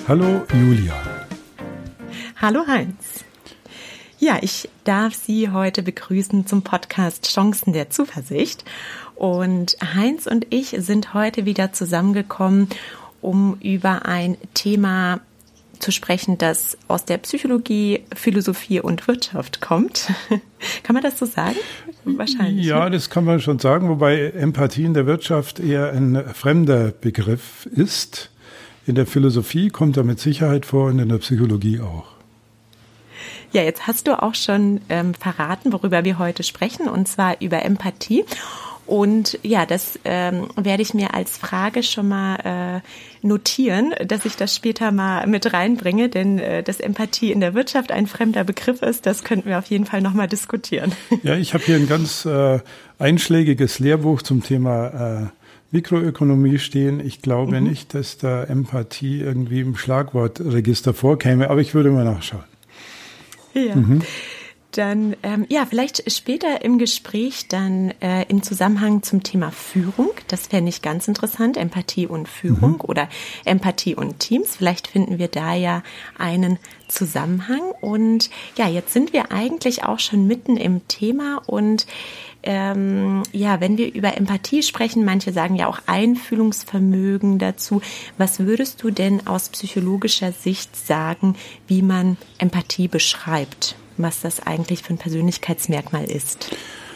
Hallo Julia. Hallo Heinz. Ja, ich darf Sie heute begrüßen zum Podcast Chancen der Zuversicht. Und Heinz und ich sind heute wieder zusammengekommen, um über ein Thema zu sprechen, das aus der Psychologie, Philosophie und Wirtschaft kommt. Kann man das so sagen? Wahrscheinlich. Ja, ne? Das kann man schon sagen, wobei Empathie in der Wirtschaft eher ein fremder Begriff ist. In der Philosophie kommt er mit Sicherheit vor und in der Psychologie auch. Ja, jetzt hast du auch schon verraten, worüber wir heute sprechen, und zwar über Empathie. Und ja, das werde ich mir als Frage schon mal notieren, dass ich das später mal mit reinbringe, denn dass Empathie in der Wirtschaft ein fremder Begriff ist, das könnten wir auf jeden Fall nochmal diskutieren. Ja, ich habe hier ein ganz einschlägiges Lehrbuch zum Thema Mikroökonomie stehen. Ich glaube nicht, dass da Empathie irgendwie im Schlagwortregister vorkäme, aber ich würde mal nachschauen. Ja. Dann, vielleicht später im Gespräch dann im Zusammenhang zum Thema Führung. Das fände ich ganz interessant, Empathie und Führung oder Empathie und Teams. Vielleicht finden wir da ja einen Zusammenhang. Und ja, jetzt sind wir eigentlich auch schon mitten im Thema und wenn wir über Empathie sprechen, manche sagen ja auch Einfühlungsvermögen dazu. Was würdest du denn aus psychologischer Sicht sagen, wie man Empathie beschreibt? Was das eigentlich für ein Persönlichkeitsmerkmal ist?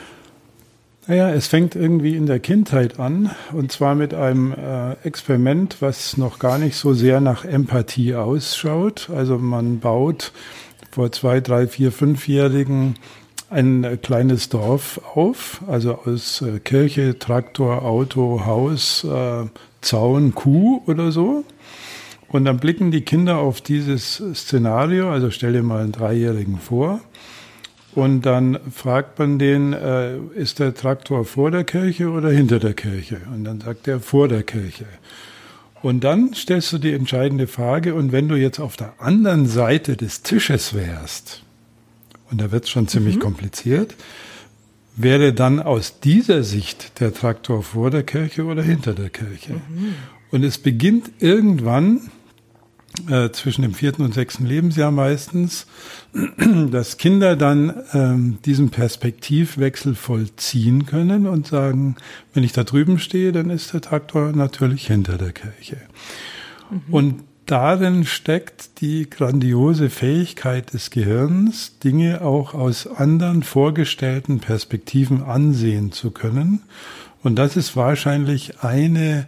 Naja, es fängt irgendwie in der Kindheit an, und zwar mit einem Experiment, was noch gar nicht so sehr nach Empathie ausschaut. Also man baut vor 2-, 3-, 4-, 5-Jährigen ein kleines Dorf auf, also aus Kirche, Traktor, Auto, Haus, Zaun, Kuh oder so. Und dann blicken die Kinder auf dieses Szenario, also stell dir mal einen 3-Jährigen vor. Und dann fragt man den, ist der Traktor vor der Kirche oder hinter der Kirche? Und dann sagt er vor der Kirche. Und dann stellst du die entscheidende Frage, und wenn du jetzt auf der anderen Seite des Tisches wärst, und da wird es schon ziemlich kompliziert, wäre dann aus dieser Sicht der Traktor vor der Kirche oder hinter der Kirche? Und es beginnt irgendwann, zwischen dem 4. und 6. Lebensjahr meistens, dass Kinder dann diesen Perspektivwechsel vollziehen können und sagen, wenn ich da drüben stehe, dann ist der Traktor natürlich hinter der Kirche. Und darin steckt die grandiose Fähigkeit des Gehirns, Dinge auch aus anderen vorgestellten Perspektiven ansehen zu können. Und das ist wahrscheinlich eine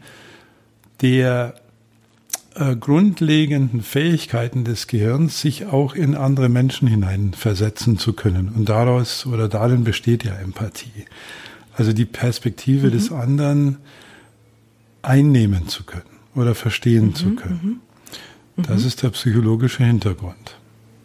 der grundlegenden Fähigkeiten des Gehirns, sich auch in andere Menschen hineinversetzen zu können. Und darin besteht ja Empathie. Also die Perspektive des anderen einnehmen zu können oder verstehen zu können. Das ist der psychologische Hintergrund.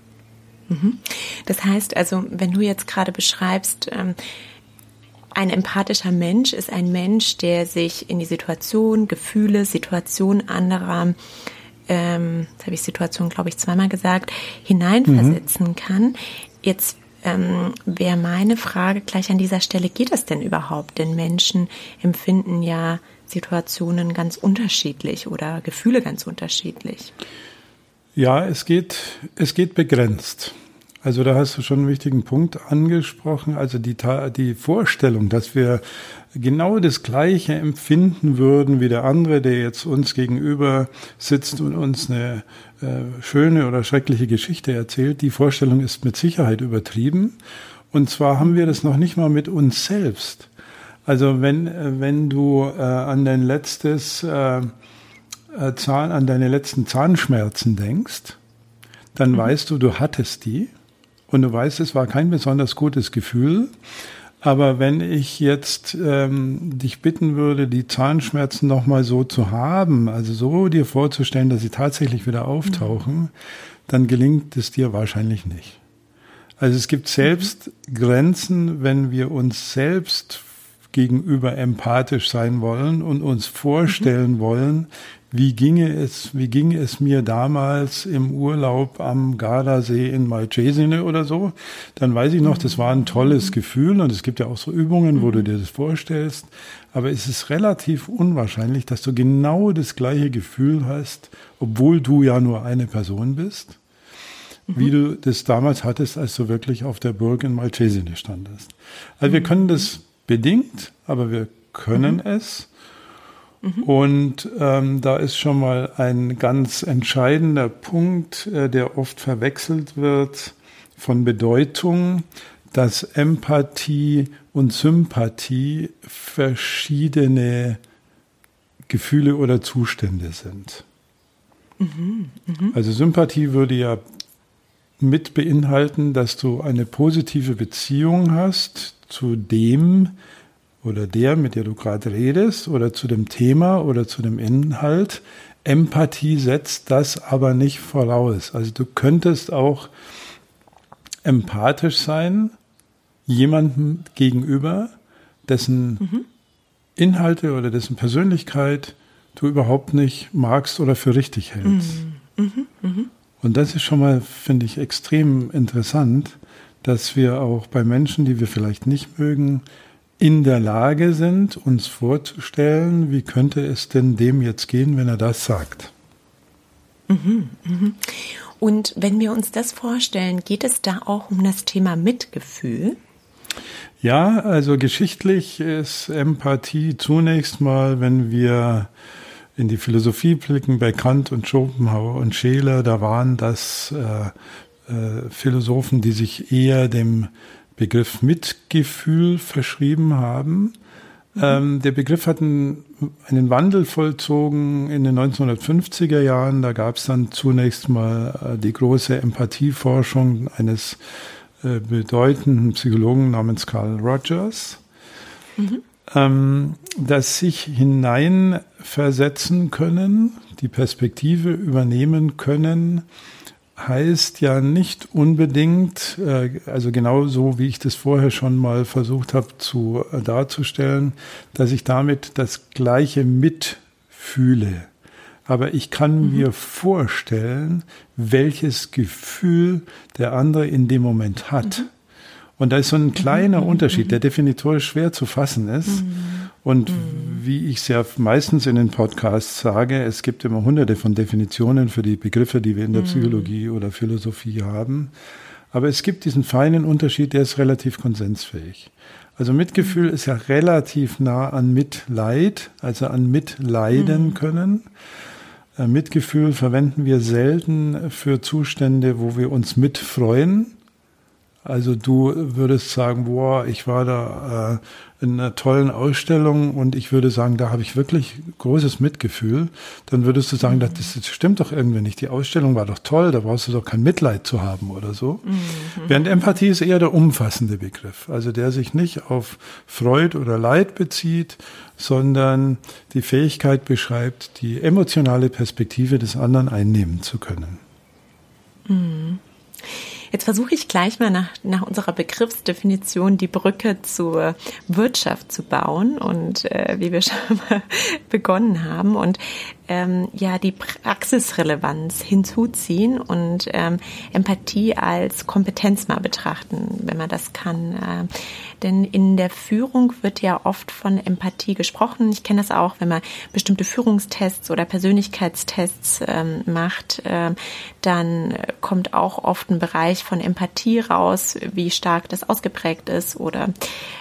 Das heißt also, wenn du jetzt gerade beschreibst, ein empathischer Mensch ist ein Mensch, der sich in die Situation anderer, jetzt habe ich Situation, glaube ich, zweimal gesagt, hineinversetzen kann. Jetzt wäre meine Frage gleich an dieser Stelle, geht das denn überhaupt? Denn Menschen empfinden ja Situationen ganz unterschiedlich oder Gefühle ganz unterschiedlich. Ja, es geht begrenzt. Also da hast du schon einen wichtigen Punkt angesprochen. Also die Vorstellung, dass wir genau das Gleiche empfinden würden wie der andere, der jetzt uns gegenüber sitzt und uns eine schöne oder schreckliche Geschichte erzählt, die Vorstellung ist mit Sicherheit übertrieben. Und zwar haben wir das noch nicht mal mit uns selbst. Also wenn du an deine letzten Zahnschmerzen denkst, dann weißt du hattest die. Und du weißt, es war kein besonders gutes Gefühl. Aber wenn ich jetzt dich bitten würde, die Zahnschmerzen nochmal so zu haben, also so dir vorzustellen, dass sie tatsächlich wieder auftauchen, dann gelingt es dir wahrscheinlich nicht. Also es gibt selbst Grenzen, wenn wir uns selbst gegenüber empathisch sein wollen und uns vorstellen wollen, wie ging es mir damals im Urlaub am Gardasee in Malcesine oder so, dann weiß ich noch, das war ein tolles Gefühl und es gibt ja auch so Übungen, wo du dir das vorstellst, aber es ist relativ unwahrscheinlich, dass du genau das gleiche Gefühl hast, obwohl du ja nur eine Person bist, wie du das damals hattest, als du wirklich auf der Burg in Malcesine standest. Also wir können das bedingt, aber wir können es. Und da ist schon mal ein ganz entscheidender Punkt, der oft verwechselt wird von Bedeutung, dass Empathie und Sympathie verschiedene Gefühle oder Zustände sind. Also Sympathie würde ja mit beinhalten, dass du eine positive Beziehung hast zu dem oder der, mit der du gerade redest, oder zu dem Thema oder zu dem Inhalt. Empathie setzt das aber nicht voraus. Also du könntest auch empathisch sein, jemandem gegenüber, dessen Inhalte oder dessen Persönlichkeit du überhaupt nicht magst oder für richtig hältst. Und das ist schon mal, finde ich, extrem interessant, dass wir auch bei Menschen, die wir vielleicht nicht mögen, in der Lage sind, uns vorzustellen, wie könnte es denn dem jetzt gehen, wenn er das sagt. Und wenn wir uns das vorstellen, geht es da auch um das Thema Mitgefühl? Ja, also geschichtlich ist Empathie zunächst mal, wenn wir in die Philosophie blicken, bei Kant und Schopenhauer und Scheler, da waren das Philosophen, die sich eher dem Begriff Mitgefühl verschrieben haben. Der Begriff hat einen Wandel vollzogen in den 1950er Jahren. Da gab es dann zunächst mal die große Empathieforschung eines bedeutenden Psychologen namens Carl Rogers, das sich hineinversetzen können, die Perspektive übernehmen können, heißt ja nicht unbedingt, also genau so, wie ich das vorher schon mal versucht habe darzustellen, dass ich damit das Gleiche mitfühle. Aber ich kann mir vorstellen, welches Gefühl der andere in dem Moment hat. Und da ist so ein kleiner Unterschied, der definitorisch schwer zu fassen ist. Und wie ich es ja meistens in den Podcasts sage, es gibt immer hunderte von Definitionen für die Begriffe, die wir in der Psychologie oder Philosophie haben. Aber es gibt diesen feinen Unterschied, der ist relativ konsensfähig. Also Mitgefühl ist ja relativ nah an Mitleid, also an Mitleiden können. Mitgefühl verwenden wir selten für Zustände, wo wir uns mitfreuen. Also du würdest sagen, boah, ich war da in einer tollen Ausstellung und ich würde sagen, da habe ich wirklich großes Mitgefühl. Dann würdest du sagen, das stimmt doch irgendwie nicht. Die Ausstellung war doch toll, da brauchst du doch kein Mitleid zu haben oder so. Während Empathie ist eher der umfassende Begriff, also der sich nicht auf Freud oder Leid bezieht, sondern die Fähigkeit beschreibt, die emotionale Perspektive des anderen einnehmen zu können. Jetzt versuche ich gleich mal nach unserer Begriffsdefinition die Brücke zur Wirtschaft zu bauen und wie wir schon mal begonnen haben und die Praxisrelevanz hinzuziehen und Empathie als Kompetenz mal betrachten, wenn man das kann. Denn in der Führung wird ja oft von Empathie gesprochen. Ich kenne das auch, wenn man bestimmte Führungstests oder Persönlichkeitstests macht, dann kommt auch oft ein Bereich von Empathie raus, wie stark das ausgeprägt ist oder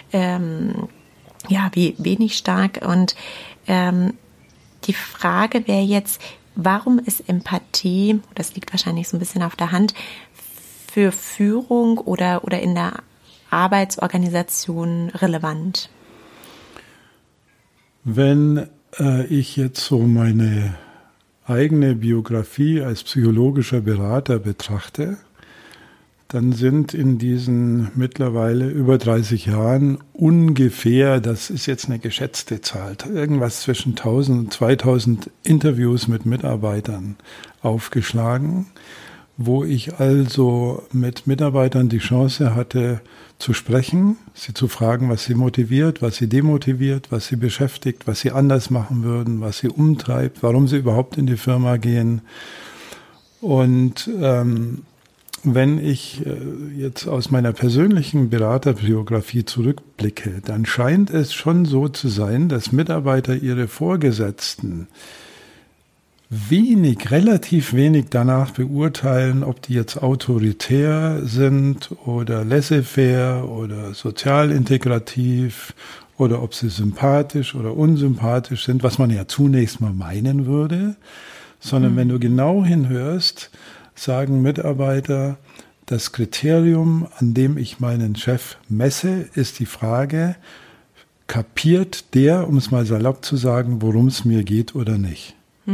wie wenig stark. Und die Frage wäre jetzt, warum ist Empathie, das liegt wahrscheinlich so ein bisschen auf der Hand, für Führung oder in der Arbeitsorganisation relevant? Wenn ich jetzt so meine eigene Biografie als psychologischer Berater betrachte, dann sind in diesen mittlerweile über 30 Jahren ungefähr, das ist jetzt eine geschätzte Zahl, irgendwas zwischen 1000 und 2000 Interviews mit Mitarbeitern aufgeschlagen, wo ich also mit Mitarbeitern die Chance hatte zu sprechen, sie zu fragen, was sie motiviert, was sie demotiviert, was sie beschäftigt, was sie anders machen würden, was sie umtreibt, warum sie überhaupt in die Firma gehen. Und wenn ich jetzt aus meiner persönlichen Beraterbiografie zurückblicke, dann scheint es schon so zu sein, dass Mitarbeiter ihre Vorgesetzten relativ wenig danach beurteilen, ob die jetzt autoritär sind oder laissez-faire oder sozial integrativ oder ob sie sympathisch oder unsympathisch sind, was man ja zunächst mal meinen würde, sondern wenn du genau hinhörst, sagen Mitarbeiter, das Kriterium, an dem ich meinen Chef messe, ist die Frage, kapiert der, um es mal salopp zu sagen, worum es mir geht oder nicht?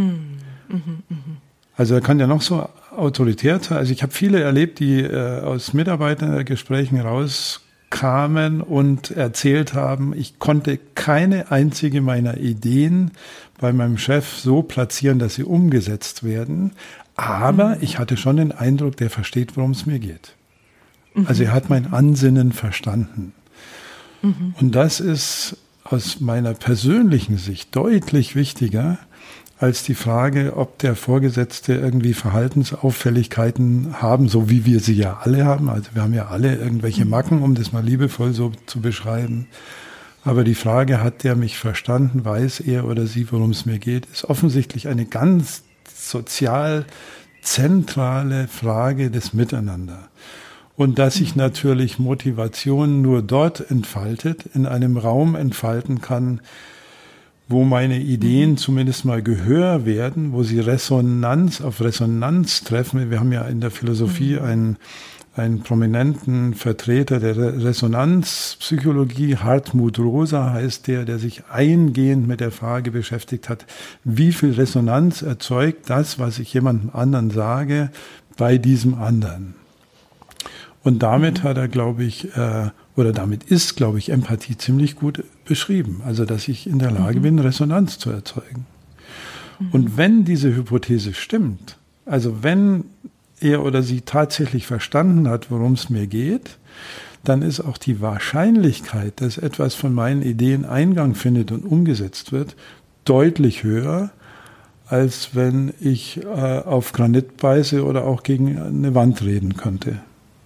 Also er kann ja noch so autoritär sein. Also ich habe viele erlebt, die aus Mitarbeitergesprächen rauskamen und erzählt haben, ich konnte keine einzige meiner Ideen bei meinem Chef so platzieren, dass sie umgesetzt werden. Aber ich hatte schon den Eindruck, der versteht, worum es mir geht. Also er hat mein Ansinnen verstanden. Und das ist aus meiner persönlichen Sicht deutlich wichtiger als die Frage, ob der Vorgesetzte irgendwie Verhaltensauffälligkeiten haben, so wie wir sie ja alle haben. Also wir haben ja alle irgendwelche Macken, um das mal liebevoll so zu beschreiben. Aber die Frage, hat der mich verstanden, weiß er oder sie, worum es mir geht, ist offensichtlich eine ganz sozial zentrale Frage des Miteinander. Und dass sich natürlich Motivation nur dort entfaltet, in einem Raum entfalten kann, wo meine Ideen zumindest mal Gehör werden, wo sie auf Resonanz treffen. Wir haben ja in der Philosophie einen prominenten Vertreter der Resonanzpsychologie, Hartmut Rosa heißt der sich eingehend mit der Frage beschäftigt hat, wie viel Resonanz erzeugt das, was ich jemandem anderen sage, bei diesem anderen. Und damit hat er, damit ist, glaube ich, Empathie ziemlich gut beschrieben. Also, dass ich in der Lage bin, Resonanz zu erzeugen. Und wenn diese Hypothese stimmt, also wenn er oder sie tatsächlich verstanden hat, worum es mir geht, dann ist auch die Wahrscheinlichkeit, dass etwas von meinen Ideen Eingang findet und umgesetzt wird, deutlich höher, als wenn ich auf Granit beiße oder auch gegen eine Wand reden könnte.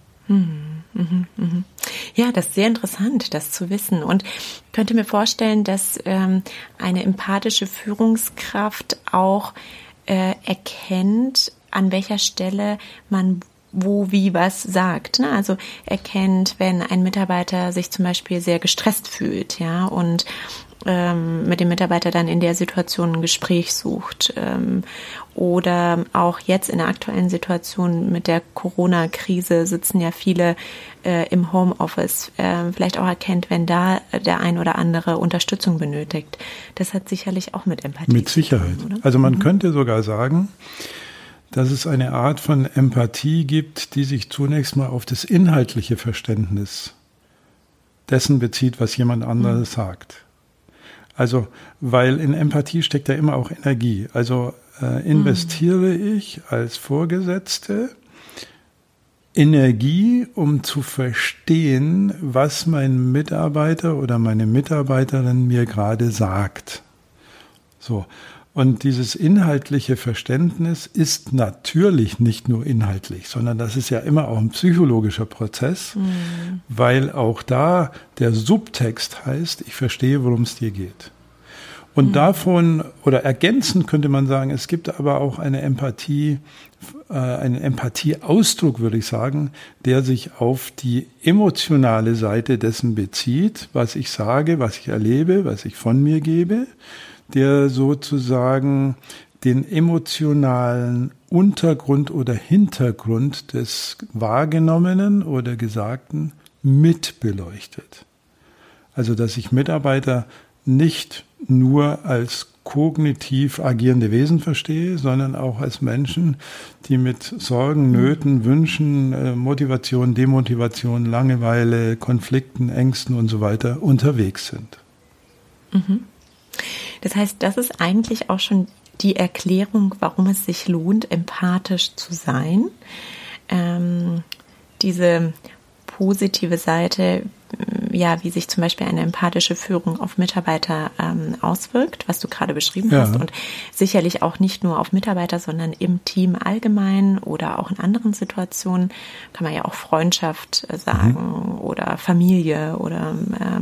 Ja, das ist sehr interessant, das zu wissen. Und ich könnte mir vorstellen, dass eine empathische Führungskraft auch erkennt, an welcher Stelle man wo, wie, was sagt. Ne? Also erkennt, wenn ein Mitarbeiter sich zum Beispiel sehr gestresst fühlt, ja, und mit dem Mitarbeiter dann in der Situation ein Gespräch sucht. Oder auch jetzt in der aktuellen Situation mit der Corona-Krise sitzen ja viele im Homeoffice. Vielleicht auch erkennt, wenn da der ein oder andere Unterstützung benötigt. Das hat sicherlich auch mit Empathie mit Sicherheit zu tun, oder? Also man könnte sogar sagen, dass es eine Art von Empathie gibt, die sich zunächst mal auf das inhaltliche Verständnis dessen bezieht, was jemand anderes sagt. Also, weil in Empathie steckt ja immer auch Energie. Also investiere ich als Vorgesetzte Energie, um zu verstehen, was mein Mitarbeiter oder meine Mitarbeiterin mir gerade sagt. So. Und dieses inhaltliche Verständnis ist natürlich nicht nur inhaltlich, sondern das ist ja immer auch ein psychologischer Prozess, weil auch da der Subtext heißt, ich verstehe, worum es dir geht. Und davon, oder ergänzend könnte man sagen, es gibt aber auch eine Empathie, einen Empathieausdruck, würde ich sagen, der sich auf die emotionale Seite dessen bezieht, was ich sage, was ich erlebe, was ich von mir gebe, der sozusagen den emotionalen Untergrund oder Hintergrund des Wahrgenommenen oder Gesagten mitbeleuchtet. Also, dass ich Mitarbeiter nicht nur als kognitiv agierende Wesen verstehe, sondern auch als Menschen, die mit Sorgen, Nöten, Wünschen, Motivation, Demotivation, Langeweile, Konflikten, Ängsten und so weiter unterwegs sind. Das heißt, das ist eigentlich auch schon die Erklärung, warum es sich lohnt, empathisch zu sein. Diese positive Seite, ja, wie sich zum Beispiel eine empathische Führung auf Mitarbeiter auswirkt, was du gerade beschrieben hast, und sicherlich auch nicht nur auf Mitarbeiter, sondern im Team allgemein oder auch in anderen Situationen, kann man ja auch Freundschaft sagen oder Familie oder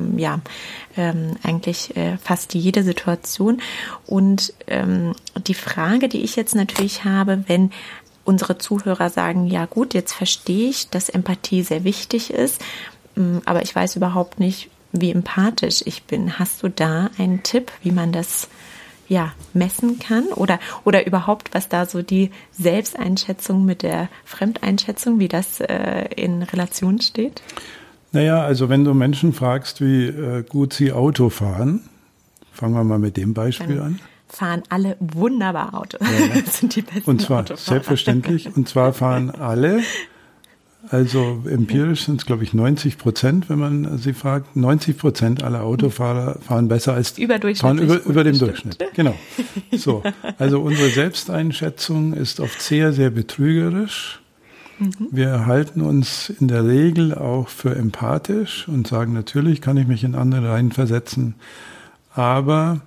eigentlich fast jede Situation. Und die Frage, die ich jetzt natürlich habe, wenn unsere Zuhörer sagen, ja gut, jetzt verstehe ich, dass Empathie sehr wichtig ist, aber ich weiß überhaupt nicht, wie empathisch ich bin. Hast du da einen Tipp, wie man das messen kann? Oder überhaupt, was da so die Selbsteinschätzung mit der Fremdeinschätzung, wie das in Relation steht? Naja, also wenn du Menschen fragst, wie gut sie Auto fahren, fangen wir mal mit dem Beispiel an. Fahren alle wunderbar Auto. Ja. Das sind die besten Und zwar Autofahrer. Selbstverständlich. Und zwar fahren alle, also empirisch sind es, glaube ich, 90%, wenn man sie fragt. 90% aller Autofahrer fahren besser als über dem Durchschnitt. Genau. So. Also unsere Selbsteinschätzung ist oft sehr, sehr betrügerisch. Wir halten uns in der Regel auch für empathisch und sagen, natürlich kann ich mich in andere reinversetzen. Aber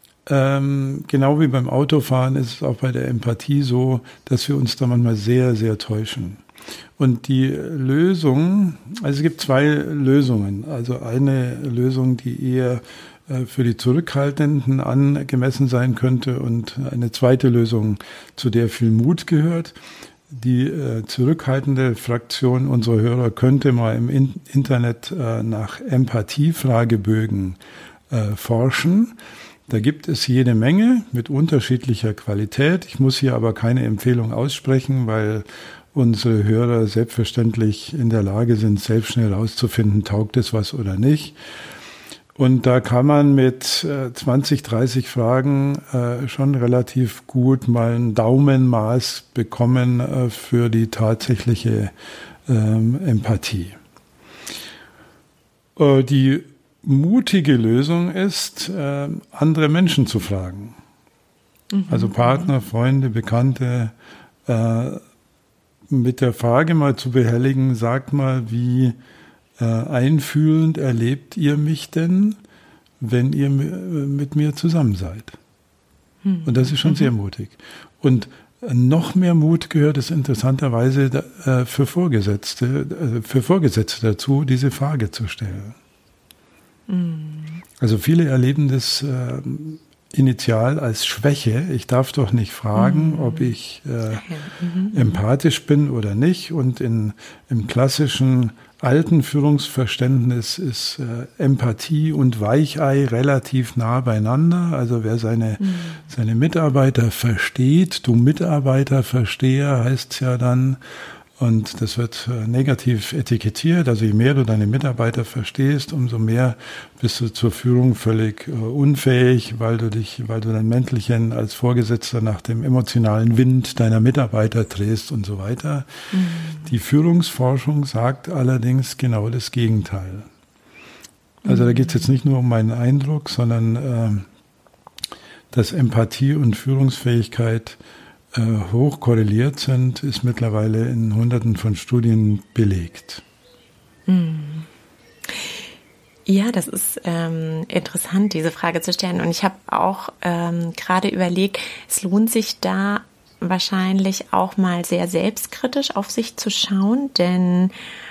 genau wie beim Autofahren ist es auch bei der Empathie so, dass wir uns da manchmal sehr, sehr täuschen. Und die Lösung, also es gibt zwei Lösungen. Also eine Lösung, die eher für die Zurückhaltenden angemessen sein könnte und eine zweite Lösung, zu der viel Mut gehört. Die zurückhaltende Fraktion unserer Hörer könnte mal im Internet nach Empathie-Fragebögen forschen. Da gibt es jede Menge mit unterschiedlicher Qualität. Ich muss hier aber keine Empfehlung aussprechen, weil unsere Hörer selbstverständlich in der Lage sind, selbst schnell herauszufinden, taugt es was oder nicht. Und da kann man mit 20, 30 Fragen schon relativ gut mal ein Daumenmaß bekommen für die tatsächliche Empathie. Die mutige Lösung ist, andere Menschen zu fragen. Also Partner, Freunde, Bekannte, mit der Frage mal zu behelligen, sagt mal, wie einfühlend erlebt ihr mich denn, wenn ihr mit mir zusammen seid? Und das ist schon sehr mutig. Und noch mehr Mut gehört es interessanterweise für Vorgesetzte dazu, diese Frage zu stellen. Also viele erleben das initial als Schwäche. Ich darf doch nicht fragen, ob ich empathisch bin oder nicht. Und im klassischen alten Führungsverständnis ist Empathie und Weichei relativ nah beieinander. Also wer seine Mitarbeiter versteht, du Mitarbeiterversteher heißt es ja dann. Und das wird negativ etikettiert. Also je mehr du deine Mitarbeiter verstehst, umso mehr bist du zur Führung völlig unfähig, weil du dein Mäntelchen als Vorgesetzter nach dem emotionalen Wind deiner Mitarbeiter drehst und so weiter. Die Führungsforschung sagt allerdings genau das Gegenteil. Also da geht es jetzt nicht nur um meinen Eindruck, sondern dass Empathie und Führungsfähigkeit hoch korreliert sind, ist mittlerweile in Hunderten von Studien belegt. Ja, das ist interessant, diese Frage zu stellen. Und ich habe auch gerade überlegt, es lohnt sich da wahrscheinlich auch mal sehr selbstkritisch auf sich zu schauen, denn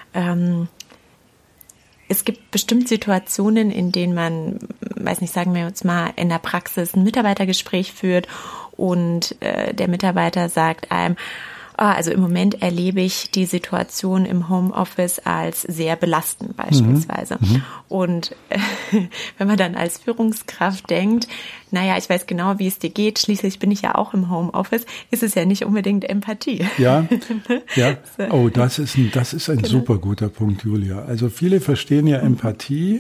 es gibt bestimmt Situationen, in denen man, weiß nicht, sagen wir jetzt mal, in der Praxis ein Mitarbeitergespräch führt und der Mitarbeiter sagt einem, also im Moment erlebe ich die Situation im Homeoffice als sehr belastend beispielsweise. Und wenn man dann als Führungskraft denkt, naja, ich weiß genau, wie es dir geht, schließlich bin ich ja auch im Homeoffice, ist es ja nicht unbedingt Empathie. Ja. Oh, das ist ein super guter Punkt, Julia. Also viele verstehen ja Empathie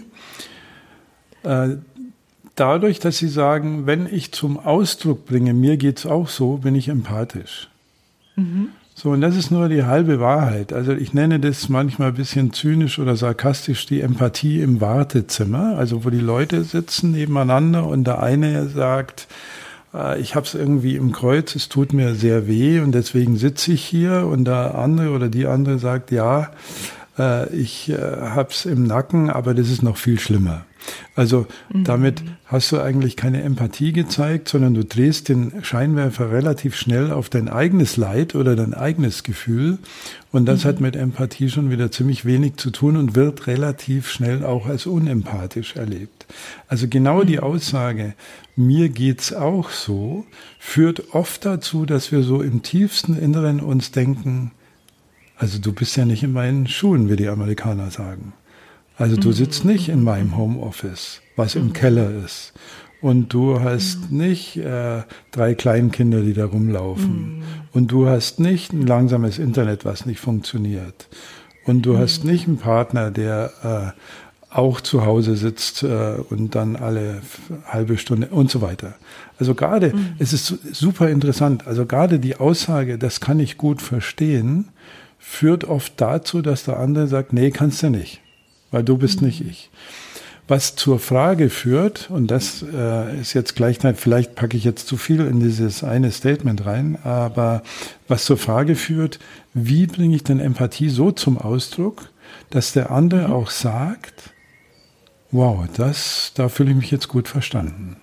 dadurch, dass sie sagen, wenn ich zum Ausdruck bringe, mir geht's auch so, bin ich empathisch. So, und das ist nur die halbe Wahrheit. Also ich nenne das manchmal ein bisschen zynisch oder sarkastisch die Empathie im Wartezimmer, also wo die Leute sitzen nebeneinander und der eine sagt, ich habe es irgendwie im Kreuz, es tut mir sehr weh und deswegen sitze ich hier und der andere oder die andere sagt, ja, ich habe es im Nacken, aber das ist noch viel schlimmer. Also damit hast du eigentlich keine Empathie gezeigt, sondern du drehst den Scheinwerfer relativ schnell auf dein eigenes Leid oder dein eigenes Gefühl. Und das hat mit Empathie schon wieder ziemlich wenig zu tun und wird relativ schnell auch als unempathisch erlebt. Also genau die Aussage, mir geht's auch so, führt oft dazu, dass wir so im tiefsten Inneren uns denken, also du bist ja nicht in meinen Schuhen, wie die Amerikaner sagen. Also du sitzt nicht in meinem Homeoffice, was im Keller ist. Und du hast nicht 3 Kleinkinder, die da rumlaufen. Und du hast nicht ein langsames Internet, was nicht funktioniert. Und du hast nicht einen Partner, der auch zu Hause sitzt und dann alle halbe Stunde und so weiter. Also gerade, es ist super interessant, also gerade die Aussage, das kann ich gut verstehen, führt oft dazu, dass der andere sagt, nee, kannst du nicht, weil du bist nicht ich. Was zur Frage führt, und das ist jetzt gleich, vielleicht packe ich jetzt zu viel in dieses eine Statement rein, aber was zur Frage führt, wie bringe ich denn Empathie so zum Ausdruck, dass der andere auch sagt, wow, da fühle ich mich jetzt gut verstanden.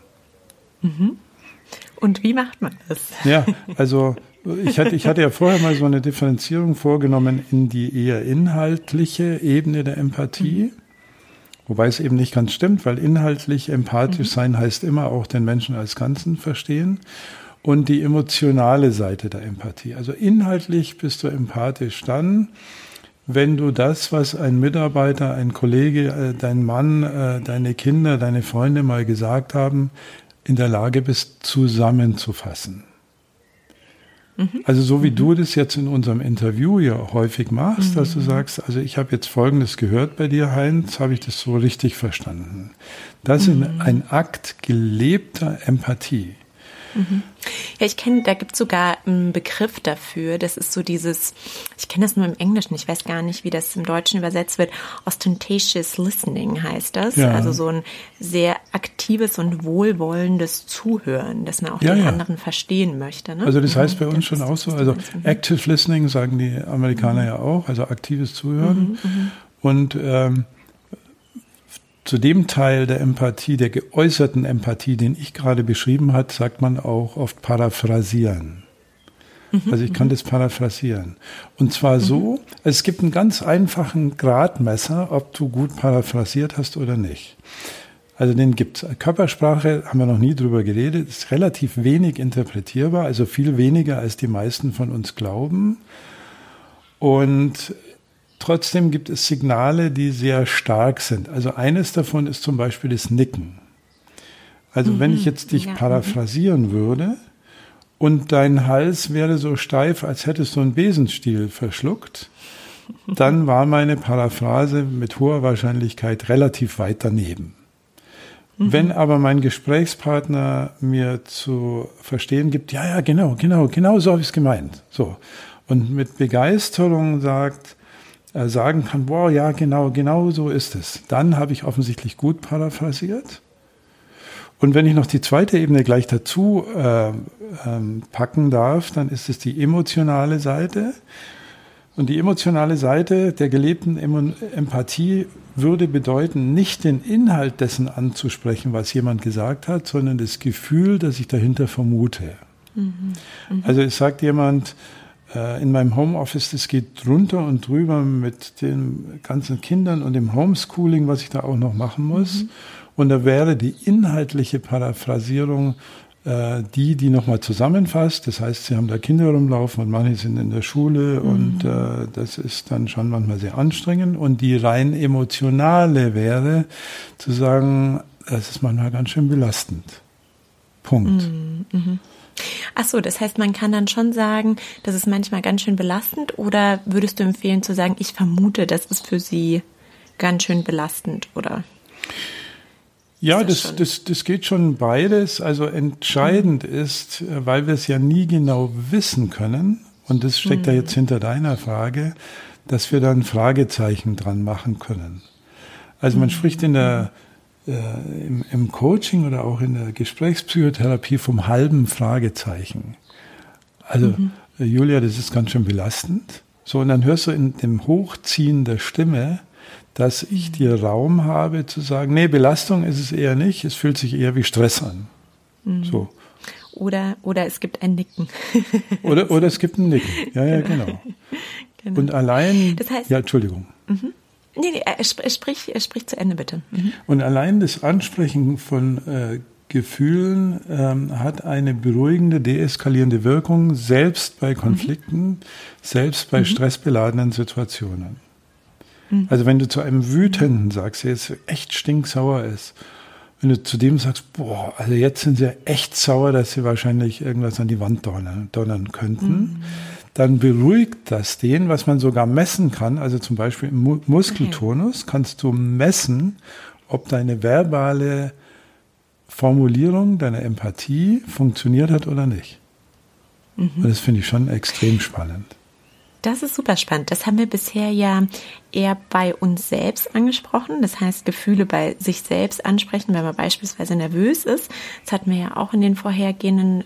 Und wie macht man das? Ja, also ich hatte ja vorher mal so eine Differenzierung vorgenommen in die eher inhaltliche Ebene der Empathie, wobei es eben nicht ganz stimmt, weil inhaltlich empathisch sein heißt immer auch den Menschen als Ganzen verstehen und die emotionale Seite der Empathie. Also inhaltlich bist du empathisch dann, wenn du das, was ein Mitarbeiter, ein Kollege, dein Mann, deine Kinder, deine Freunde mal gesagt haben, in der Lage bist, zusammenzufassen. Also so wie du das jetzt in unserem Interview ja häufig machst, dass du sagst, also ich habe jetzt Folgendes gehört bei dir, Heinz, habe ich das so richtig verstanden. Das ist ein Akt gelebter Empathie. Ja, ich kenne, da gibt es sogar einen Begriff dafür. Das ist so dieses, ich kenne das nur im Englischen, ich weiß gar nicht, wie das im Deutschen übersetzt wird. Ostentatious Listening heißt das. Ja. Also so ein sehr aktives und wohlwollendes Zuhören, dass man auch den anderen verstehen möchte. Ne? Also das heißt bei uns schon auch so, also Active Listening sagen die Amerikaner ja auch, also aktives Zuhören. Und zu dem Teil der Empathie, der geäußerten Empathie, den ich gerade beschrieben habe, sagt man auch oft paraphrasieren. Also ich kann das paraphrasieren. Und zwar so, also es gibt einen ganz einfachen Gradmesser, ob du gut paraphrasiert hast oder nicht. Also den gibt's. Körpersprache haben wir noch nie drüber geredet, ist relativ wenig interpretierbar, also viel weniger als die meisten von uns glauben. Und trotzdem gibt es Signale, die sehr stark sind. Also eines davon ist zum Beispiel das Nicken. Also wenn ich jetzt dich paraphrasieren würde und dein Hals wäre so steif, als hättest du einen Besenstiel verschluckt, dann war meine Paraphrase mit hoher Wahrscheinlichkeit relativ weit daneben. Wenn aber mein Gesprächspartner mir zu verstehen gibt, ja, genau so habe ich es gemeint. So. Und mit Begeisterung sagen kann, wow, ja, genau so ist es. Dann habe ich offensichtlich gut paraphrasiert. Und wenn ich noch die zweite Ebene gleich dazu packen darf, dann ist es die emotionale Seite. Und die emotionale Seite der gelebten Empathie würde bedeuten, nicht den Inhalt dessen anzusprechen, was jemand gesagt hat, sondern das Gefühl, das ich dahinter vermute. Also es sagt jemand, in meinem Homeoffice, das geht drunter und drüber mit den ganzen Kindern und dem Homeschooling, was ich da auch noch machen muss. Und da wäre die inhaltliche Paraphrasierung die nochmal zusammenfasst. Das heißt, sie haben da Kinder rumlaufen und manche sind in der Schule und das ist dann schon manchmal sehr anstrengend. Und die rein emotionale wäre zu sagen, das ist manchmal ganz schön belastend. Punkt. Ach so, das heißt, man kann dann schon sagen, das ist manchmal ganz schön belastend, oder würdest du empfehlen zu sagen, ich vermute, das ist für Sie ganz schön belastend, oder? Ja, das geht schon beides. Also entscheidend ist, weil wir es ja nie genau wissen können, und das steckt da jetzt hinter deiner Frage, dass wir dann Fragezeichen dran machen können. Also man spricht in der im Coaching oder auch in der Gesprächspsychotherapie vom halben Fragezeichen. Also, Julia, das ist ganz schön belastend. So, und dann hörst du in dem Hochziehen der Stimme, dass ich dir Raum habe zu sagen, nee, Belastung ist es eher nicht, es fühlt sich eher wie Stress an. So. Oder es gibt ein Nicken. oder es gibt ein Nicken. Ja, genau. Und allein, das heißt, ja, Entschuldigung. Nee, sprich zu Ende, bitte. Und allein das Ansprechen von Gefühlen hat eine beruhigende, deeskalierende Wirkung, selbst bei Konflikten, selbst bei stressbeladenen Situationen. Also wenn du zu einem Wütenden sagst, der jetzt echt stinksauer ist, wenn du zu dem sagst, boah, also jetzt sind sie echt sauer, dass sie wahrscheinlich irgendwas an die Wand donnern könnten, dann beruhigt das den, was man sogar messen kann. Also zum Beispiel im Muskeltonus kannst du messen, ob deine verbale Formulierung deiner Empathie funktioniert hat oder nicht. Und das finde ich schon extrem spannend. Das ist super spannend. Das haben wir bisher ja eher bei uns selbst angesprochen. Das heißt, Gefühle bei sich selbst ansprechen, wenn man beispielsweise nervös ist. Das hatten wir ja auch in den vorhergehenden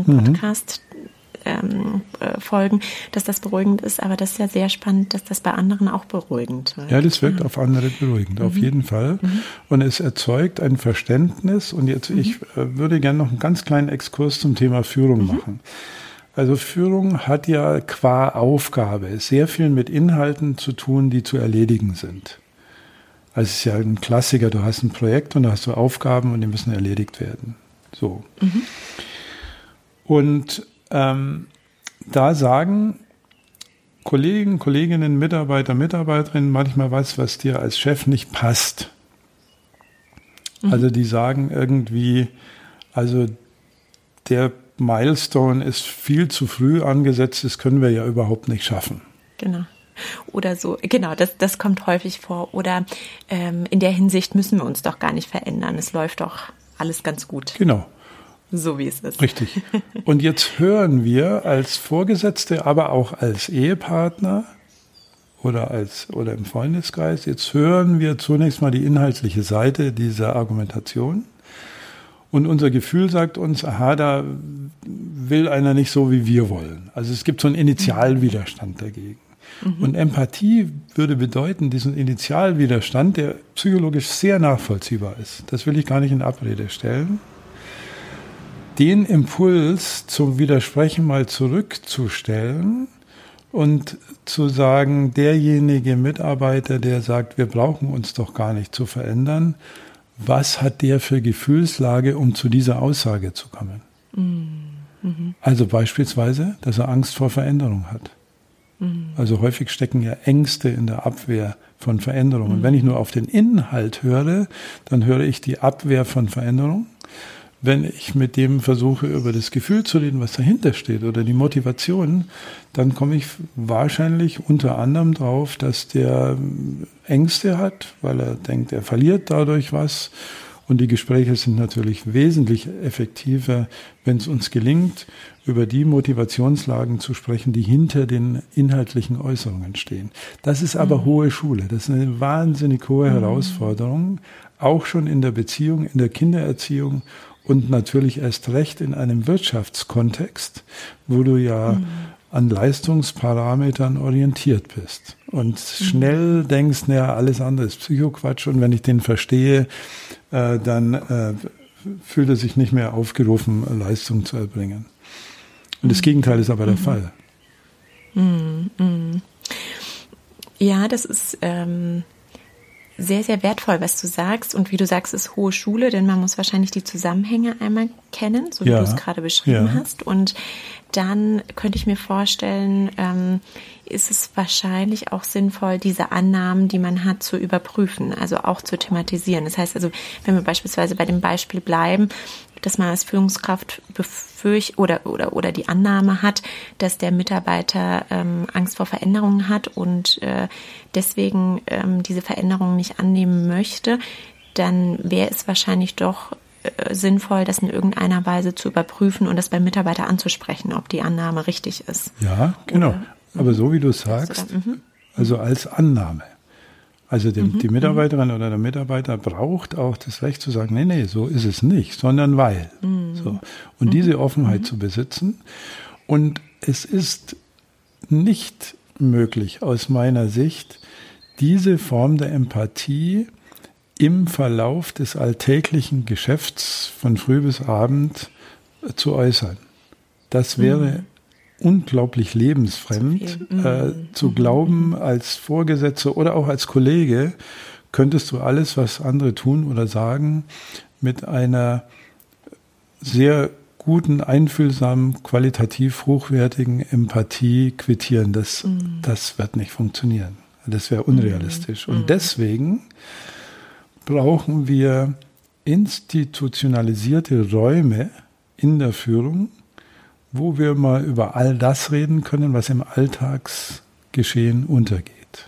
Podcast-Folgen, dass das beruhigend ist. Aber das ist ja sehr spannend, dass das bei anderen auch beruhigend wird. Ja, das wirkt auf andere beruhigend, auf jeden Fall. Und es erzeugt ein Verständnis. Und jetzt, ich würde gerne noch einen ganz kleinen Exkurs zum Thema Führung machen. Also Führung hat ja qua Aufgabe sehr viel mit Inhalten zu tun, die zu erledigen sind. Also es ist ja ein Klassiker, du hast ein Projekt und da hast du Aufgaben und die müssen erledigt werden. So. Und da sagen Kollegen, Kolleginnen, Mitarbeiter, Mitarbeiterinnen manchmal was dir als Chef nicht passt. Also die sagen irgendwie, also der Milestone ist viel zu früh angesetzt, das können wir ja überhaupt nicht schaffen. Genau. Oder so, genau, das kommt häufig vor. Oder in der Hinsicht müssen wir uns doch gar nicht verändern. Es läuft doch alles ganz gut. Genau. So wie es ist. Richtig. Und jetzt hören wir als Vorgesetzte, aber auch als Ehepartner oder im Freundeskreis, jetzt hören wir zunächst mal die inhaltliche Seite dieser Argumentation. Und unser Gefühl sagt uns, aha, da will einer nicht so, wie wir wollen. Also es gibt so einen Initialwiderstand dagegen. Und Empathie würde bedeuten, diesen Initialwiderstand, der psychologisch sehr nachvollziehbar ist, das will ich gar nicht in Abrede stellen, den Impuls zum Widersprechen mal zurückzustellen und zu sagen, derjenige Mitarbeiter, der sagt, wir brauchen uns doch gar nicht zu verändern, was hat der für Gefühlslage, um zu dieser Aussage zu kommen? Also beispielsweise, dass er Angst vor Veränderung hat. Also häufig stecken ja Ängste in der Abwehr von Veränderung. Und wenn ich nur auf den Inhalt höre, dann höre ich die Abwehr von Veränderung. Wenn ich mit dem versuche, über das Gefühl zu reden, was dahinter steht oder die Motivation, dann komme ich wahrscheinlich unter anderem drauf, dass der Ängste hat, weil er denkt, er verliert dadurch was. Und die Gespräche sind natürlich wesentlich effektiver, wenn es uns gelingt, über die Motivationslagen zu sprechen, die hinter den inhaltlichen Äußerungen stehen. Das ist aber hohe Schule. Das ist eine wahnsinnig hohe Herausforderung, auch schon in der Beziehung, in der Kindererziehung und natürlich erst recht in einem Wirtschaftskontext, wo du ja an Leistungsparametern orientiert bist und schnell denkst, naja, alles andere ist Psychoquatsch und wenn ich den verstehe, dann fühlt er sich nicht mehr aufgerufen, Leistung zu erbringen. Und das Gegenteil ist aber der Fall. Ja, das ist sehr, sehr wertvoll, was du sagst. Und wie du sagst, ist hohe Schule, denn man muss wahrscheinlich die Zusammenhänge einmal kennen, so wie du es gerade beschrieben hast. Und dann könnte ich mir vorstellen, ist es wahrscheinlich auch sinnvoll, diese Annahmen, die man hat, zu überprüfen, also auch zu thematisieren. Das heißt also, wenn wir beispielsweise bei dem Beispiel bleiben, dass man als Führungskraft befürchtet oder die Annahme hat, dass der Mitarbeiter Angst vor Veränderungen hat und deswegen diese Veränderungen nicht annehmen möchte, dann wäre es wahrscheinlich doch sinnvoll, das in irgendeiner Weise zu überprüfen und das beim Mitarbeiter anzusprechen, ob die Annahme richtig ist. Ja, genau. Aber so wie du sagst, also als Annahme. Also die Mitarbeiterin oder der Mitarbeiter braucht auch das Recht zu sagen, nee, so ist es nicht, sondern weil. So. Und diese Offenheit zu besitzen. Und es ist nicht möglich, aus meiner Sicht, diese Form der Empathie im Verlauf des alltäglichen Geschäfts von früh bis abend zu äußern. Das wäre unglaublich lebensfremd, zu glauben, als Vorgesetzter oder auch als Kollege könntest du alles, was andere tun oder sagen, mit einer sehr guten, einfühlsamen, qualitativ hochwertigen Empathie quittieren. Das wird nicht funktionieren. Das wäre unrealistisch. Und deswegen brauchen wir institutionalisierte Räume in der Führung, wo wir mal über all das reden können, was im Alltagsgeschehen untergeht.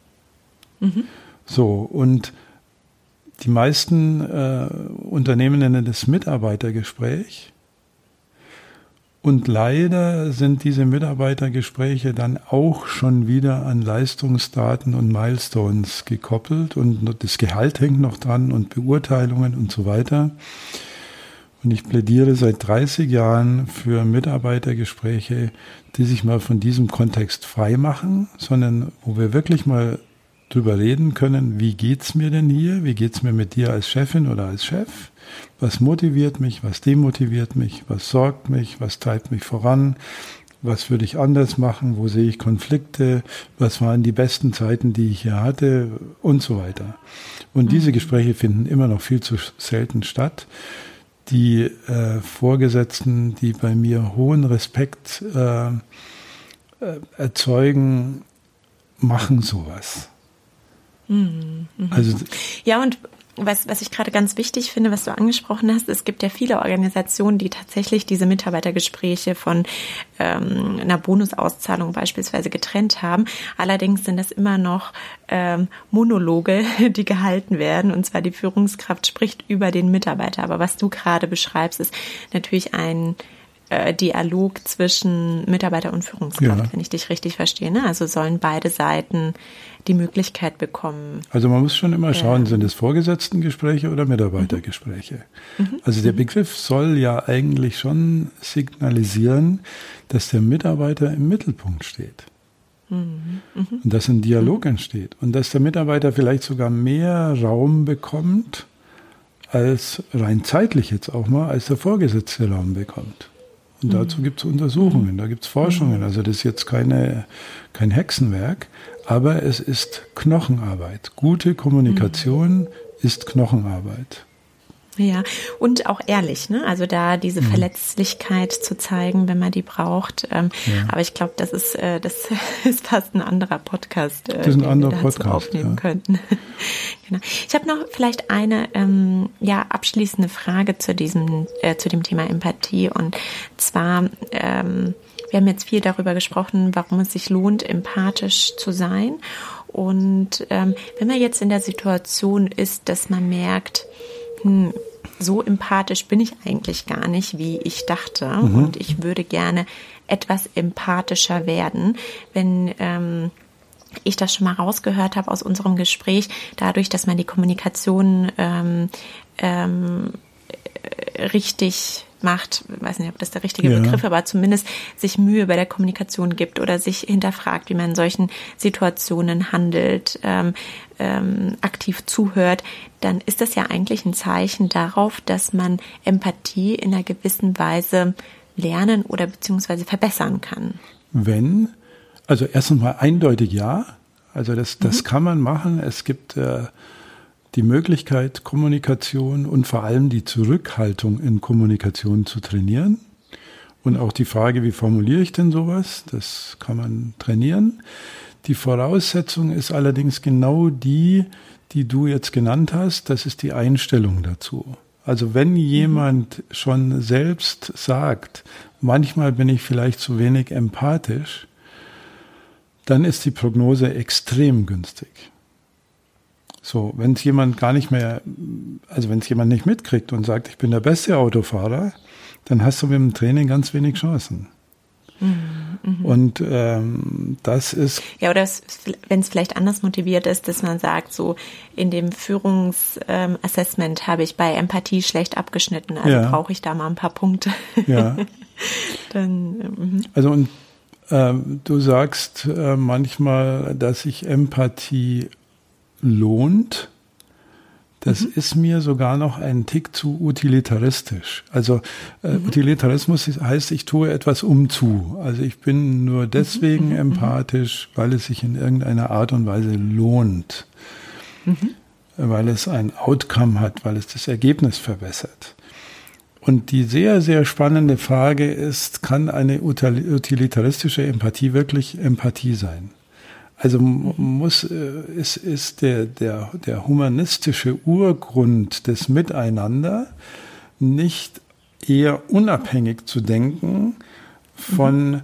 So, und die meisten Unternehmen nennen das Mitarbeitergespräch. Und leider sind diese Mitarbeitergespräche dann auch schon wieder an Leistungsdaten und Milestones gekoppelt und das Gehalt hängt noch dran und Beurteilungen und so weiter. Und ich plädiere seit 30 Jahren für Mitarbeitergespräche, die sich mal von diesem Kontext frei machen, sondern wo wir wirklich mal drüber reden können, wie geht's mir denn hier? Wie geht's mir mit dir als Chefin oder als Chef? Was motiviert mich? Was demotiviert mich? Was sorgt mich? Was treibt mich voran? Was würde ich anders machen? Wo sehe ich Konflikte? Was waren die besten Zeiten, die ich hier hatte? Und so weiter. Und diese Gespräche finden immer noch viel zu selten statt. Die Vorgesetzten, die bei mir hohen Respekt erzeugen, machen sowas. Also ja, und was ich gerade ganz wichtig finde, was du angesprochen hast, es gibt ja viele Organisationen, die tatsächlich diese Mitarbeitergespräche von einer Bonusauszahlung beispielsweise getrennt haben. Allerdings sind das immer noch Monologe, die gehalten werden. Und zwar die Führungskraft spricht über den Mitarbeiter. Aber was du gerade beschreibst, ist natürlich ein Dialog zwischen Mitarbeiter und Führungskraft, wenn ich dich richtig verstehe. Ne? Also sollen beide Seiten die Möglichkeit bekommen. Also man muss schon immer schauen, sind es Vorgesetztengespräche oder Mitarbeitergespräche? Also der Begriff soll ja eigentlich schon signalisieren, dass der Mitarbeiter im Mittelpunkt steht. Und dass ein Dialog entsteht. Und dass der Mitarbeiter vielleicht sogar mehr Raum bekommt, als rein zeitlich jetzt auch mal, als der Vorgesetzte Raum bekommt. Und dazu gibt es Untersuchungen, da gibt es Forschungen. Also das ist jetzt kein Hexenwerk, aber es ist Knochenarbeit. Gute Kommunikation ist Knochenarbeit. Ja, und auch ehrlich, ne? Also da diese Verletzlichkeit zu zeigen, wenn man die braucht. Aber ich glaube, das ist fast ein anderer Podcast, das ist ein anderer den wir dazu Podcast, aufnehmen könnten. Genau. Ich habe noch vielleicht eine abschließende Frage zu dem Thema Empathie. Und zwar, wir haben jetzt viel darüber gesprochen, warum es sich lohnt, empathisch zu sein. Und wenn man jetzt in der Situation ist, dass man merkt, so empathisch bin ich eigentlich gar nicht, wie ich dachte. Und ich würde gerne etwas empathischer werden, wenn ich das schon mal rausgehört habe aus unserem Gespräch, dadurch, dass man die Kommunikation richtig macht, ich weiß nicht, ob das der richtige Begriff, aber zumindest sich Mühe bei der Kommunikation gibt oder sich hinterfragt, wie man in solchen Situationen handelt, aktiv zuhört, dann ist das ja eigentlich ein Zeichen darauf, dass man Empathie in einer gewissen Weise lernen oder beziehungsweise verbessern kann. Also erstens mal eindeutig ja, also das kann man machen. Es gibt die Möglichkeit, Kommunikation und vor allem die Zurückhaltung in Kommunikation zu trainieren. Und auch die Frage, wie formuliere ich denn sowas, das kann man trainieren. Die Voraussetzung ist allerdings genau die du jetzt genannt hast, das ist die Einstellung dazu. Also wenn jemand schon selbst sagt, manchmal bin ich vielleicht zu wenig empathisch, dann ist die Prognose extrem günstig. So, wenn es jemand nicht mitkriegt und sagt, ich bin der beste Autofahrer, dann hast du mit dem Training ganz wenig Chancen. Und das ist... Ja, oder wenn es vielleicht anders motiviert ist, dass man sagt, so in dem Führungsassessment habe ich bei Empathie schlecht abgeschnitten, also brauche ich da mal ein paar Punkte. Ja. Dann, Also und du sagst manchmal, dass sich Empathie lohnt. Das ist mir sogar noch ein Tick zu utilitaristisch. Also Utilitarismus heißt, ich tue etwas umzu. Also ich bin nur deswegen empathisch, weil es sich in irgendeiner Art und Weise lohnt. Weil es ein Outcome hat, weil es das Ergebnis verbessert. Und die sehr, sehr spannende Frage ist, kann eine utilitaristische Empathie wirklich Empathie sein? Also ist der humanistische Urgrund des Miteinander nicht eher unabhängig zu denken von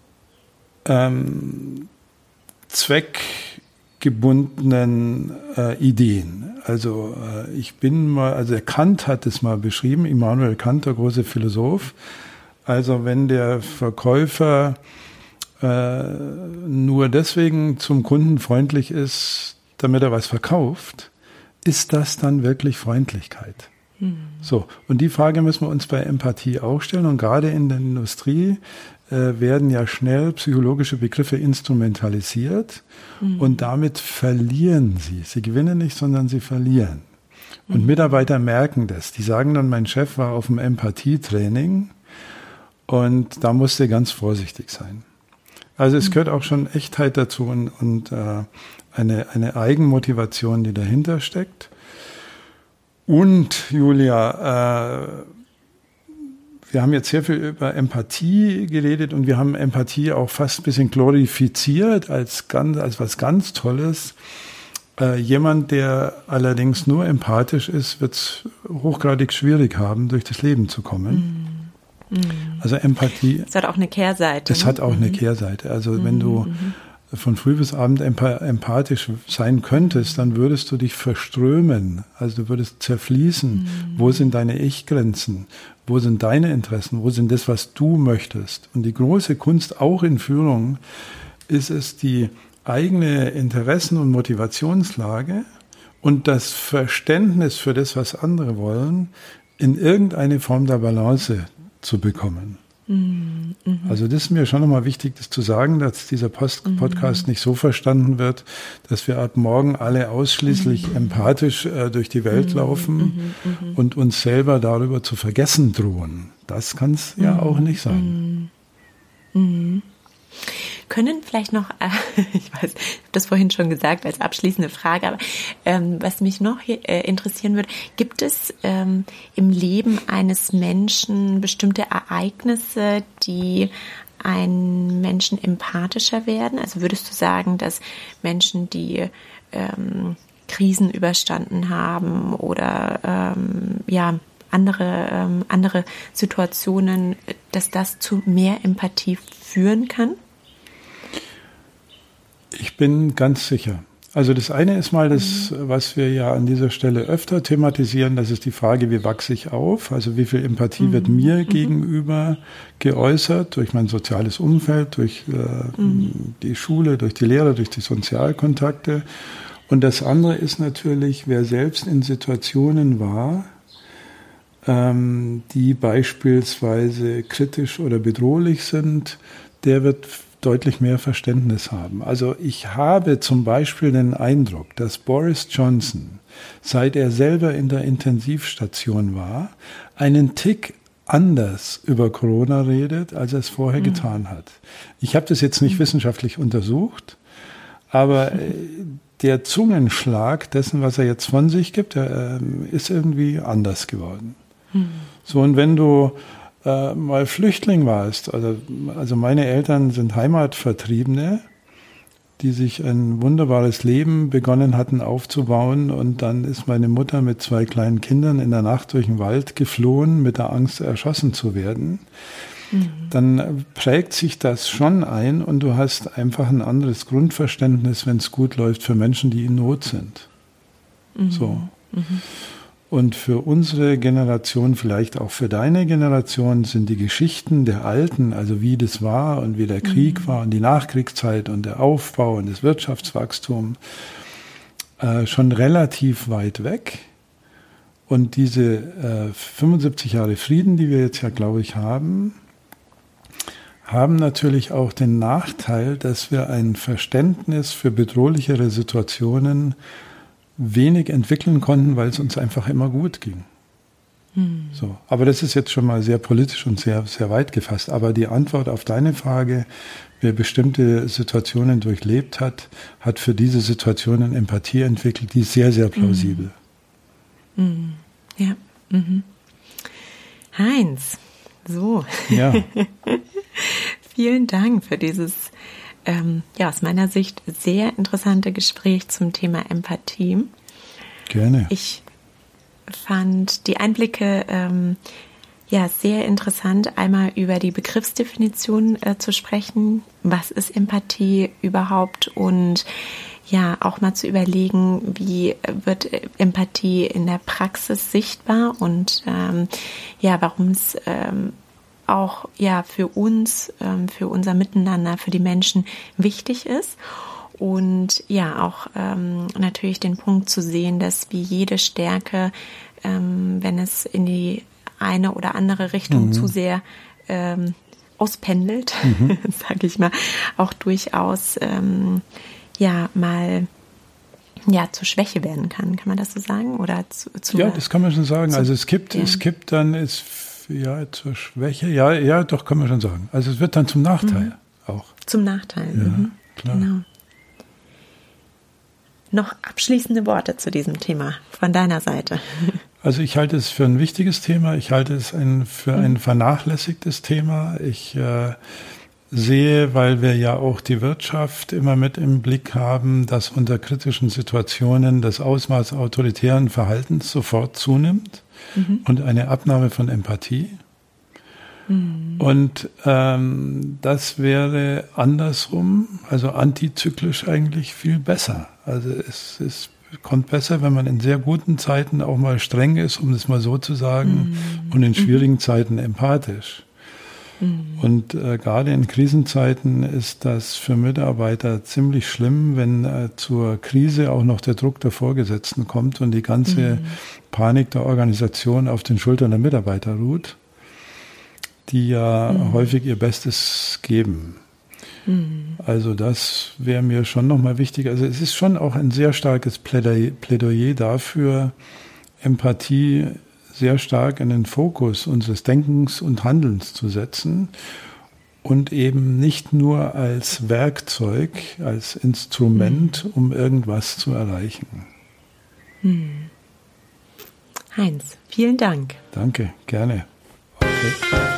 zweckgebundenen Ideen. Also der Kant hat es mal beschrieben, Immanuel Kant, der große Philosoph. Also wenn der Verkäufer nur deswegen zum Kunden freundlich ist, damit er was verkauft, ist das dann wirklich Freundlichkeit? So, und die Frage müssen wir uns bei Empathie auch stellen. Und gerade in der Industrie werden ja schnell psychologische Begriffe instrumentalisiert und damit verlieren sie. Sie gewinnen nicht, sondern sie verlieren. Und Mitarbeiter merken das. Die sagen dann, mein Chef war auf dem Empathietraining und da musste ganz vorsichtig sein. Also es gehört auch schon Echtheit dazu und eine Eigenmotivation, die dahinter steckt. Und Julia, wir haben jetzt sehr viel über Empathie geredet und wir haben Empathie auch fast ein bisschen glorifiziert als was ganz Tolles. Jemand, der allerdings nur empathisch ist, wird es hochgradig schwierig haben, durch das Leben zu kommen. Also Empathie. Es hat auch eine Kehrseite. Es hat auch eine Kehrseite. Also wenn du von früh bis abend empathisch sein könntest, dann würdest du dich verströmen. Also du würdest zerfließen. Wo sind deine Ich-Grenzen? Wo sind deine Interessen? Wo sind das, was du möchtest? Und die große Kunst auch in Führung ist es, die eigene Interessen- und Motivationslage und das Verständnis für das, was andere wollen, in irgendeine Form der Balance zu bekommen. Also das ist mir schon nochmal wichtig, das zu sagen, dass dieser Podcast nicht so verstanden wird, dass wir ab morgen alle ausschließlich empathisch durch die Welt laufen und uns selber darüber zu vergessen drohen. Das kann es ja auch nicht sein. Können vielleicht noch, ich weiß, ich habe das vorhin schon gesagt als abschließende Frage, aber was mich noch hier, interessieren würde, gibt es im Leben eines Menschen bestimmte Ereignisse, die einen Menschen empathischer werden? Also würdest du sagen, dass Menschen, die Krisen überstanden haben oder andere Situationen, dass das zu mehr Empathie führen kann? Ich bin ganz sicher. Also das eine ist mal das, was wir ja an dieser Stelle öfter thematisieren, das ist die Frage, wie wachse ich auf? Also wie viel Empathie wird mir gegenüber geäußert durch mein soziales Umfeld, durch die Schule, durch die Lehrer, durch die Sozialkontakte. Und das andere ist natürlich, wer selbst in Situationen war, die beispielsweise kritisch oder bedrohlich sind, der wird deutlich mehr Verständnis haben. Also ich habe zum Beispiel den Eindruck, dass Boris Johnson, seit er selber in der Intensivstation war, einen Tick anders über Corona redet, als er es vorher getan hat. Ich habe das jetzt nicht wissenschaftlich untersucht, aber der Zungenschlag dessen, was er jetzt von sich gibt, ist irgendwie anders geworden. So, und wenn du mal Flüchtling warst, also meine Eltern sind Heimatvertriebene, die sich ein wunderbares Leben begonnen hatten aufzubauen, und dann ist meine Mutter mit 2 kleinen Kindern in der Nacht durch den Wald geflohen, mit der Angst, erschossen zu werden. Dann prägt sich das schon ein und du hast einfach ein anderes Grundverständnis, wenn es gut läuft, für Menschen, die in Not sind. So. Und für unsere Generation, vielleicht auch für deine Generation, sind die Geschichten der Alten, also wie das war und wie der Krieg war und die Nachkriegszeit und der Aufbau und das Wirtschaftswachstum, schon relativ weit weg. Und diese 75 Jahre Frieden, die wir jetzt ja, glaube ich, haben natürlich auch den Nachteil, dass wir ein Verständnis für bedrohlichere Situationen wenig entwickeln konnten, weil es uns einfach immer gut ging. So. Aber das ist jetzt schon mal sehr politisch und sehr, sehr weit gefasst. Aber die Antwort auf deine Frage, wer bestimmte Situationen durchlebt hat, hat für diese Situationen Empathie entwickelt, die ist sehr, sehr plausibel. Ja. Heinz, so. Ja. Vielen Dank für dieses aus meiner Sicht sehr interessante Gespräch zum Thema Empathie. Gerne. Ich fand die Einblicke sehr interessant, einmal über die Begriffsdefinition zu sprechen. Was ist Empathie überhaupt? Und ja, auch mal zu überlegen, wie wird Empathie in der Praxis sichtbar und warum es auch für uns, für unser Miteinander, für die Menschen wichtig ist. Und ja, auch natürlich den Punkt zu sehen, dass wie jede Stärke, wenn es in die eine oder andere Richtung zu sehr auspendelt, sage ich mal, auch durchaus zur Schwäche werden kann. Kann man das so sagen? Oder ja, das kann man schon sagen. Also es gibt dann zur Schwäche, ja, doch, kann man schon sagen. Also es wird dann zum Nachteil auch. Zum Nachteil, ja, klar. Genau. Noch abschließende Worte zu diesem Thema von deiner Seite. Also ich halte es für ein wichtiges Thema, ich halte es für ein vernachlässigtes Thema. Ich sehe, weil wir ja auch die Wirtschaft immer mit im Blick haben, dass unter kritischen Situationen das Ausmaß autoritären Verhaltens sofort zunimmt. Und eine Abnahme von Empathie. Und das wäre andersrum, also antizyklisch eigentlich viel besser. Also es kommt besser, wenn man in sehr guten Zeiten auch mal streng ist, um es mal so zu sagen, und in schwierigen Zeiten empathisch. Und gerade in Krisenzeiten ist das für Mitarbeiter ziemlich schlimm, wenn zur Krise auch noch der Druck der Vorgesetzten kommt und die ganze Panik der Organisation auf den Schultern der Mitarbeiter ruht, die ja häufig ihr Bestes geben. Also das wäre mir schon nochmal wichtig. Also es ist schon auch ein sehr starkes Plädoyer dafür, Empathie sehr stark in den Fokus unseres Denkens und Handelns zu setzen und eben nicht nur als Werkzeug, als Instrument, um irgendwas zu erreichen. Heinz, vielen Dank. Danke, gerne. Okay.